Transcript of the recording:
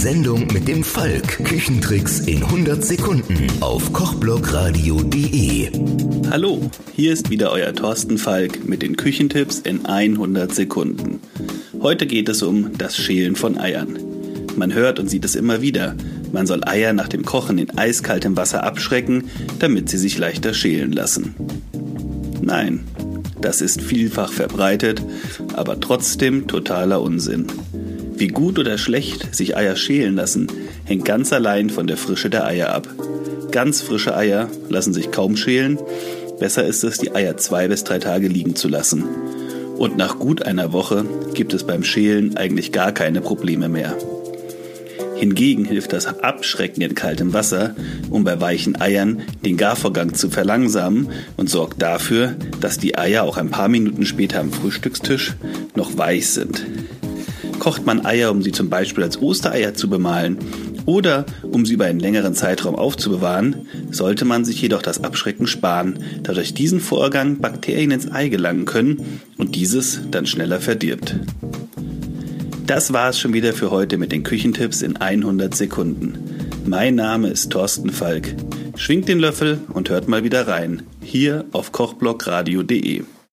Sendung mit dem Falk. Küchentricks in 100 Sekunden auf kochblogradio.de. Hallo, hier ist wieder euer Thorsten Falk mit den Küchentipps in 100 Sekunden. Heute geht es um das Schälen von Eiern. Man hört und sieht es immer wieder. Man soll Eier nach dem Kochen in eiskaltem Wasser abschrecken, damit sie sich leichter schälen lassen. Nein, das ist vielfach verbreitet, aber trotzdem totaler Unsinn. Wie gut oder schlecht sich Eier schälen lassen, hängt ganz allein von der Frische der Eier ab. Ganz frische Eier lassen sich kaum schälen. Besser ist es, die Eier 2 bis 3 Tage liegen zu lassen. Und nach gut einer Woche gibt es beim Schälen eigentlich gar keine Probleme mehr. Hingegen hilft das Abschrecken in kaltem Wasser, um bei weichen Eiern den Garvorgang zu verlangsamen und sorgt dafür, dass die Eier auch ein paar Minuten später am Frühstückstisch noch weich sind. Kocht man Eier, um sie zum Beispiel als Ostereier zu bemalen oder um sie über einen längeren Zeitraum aufzubewahren, sollte man sich jedoch das Abschrecken sparen, da durch diesen Vorgang Bakterien ins Ei gelangen können und dieses dann schneller verdirbt. Das war es schon wieder für heute mit den Küchentipps in 100 Sekunden. Mein Name ist Thorsten Falk. Schwingt den Löffel und hört mal wieder rein, hier auf kochblogradio.de.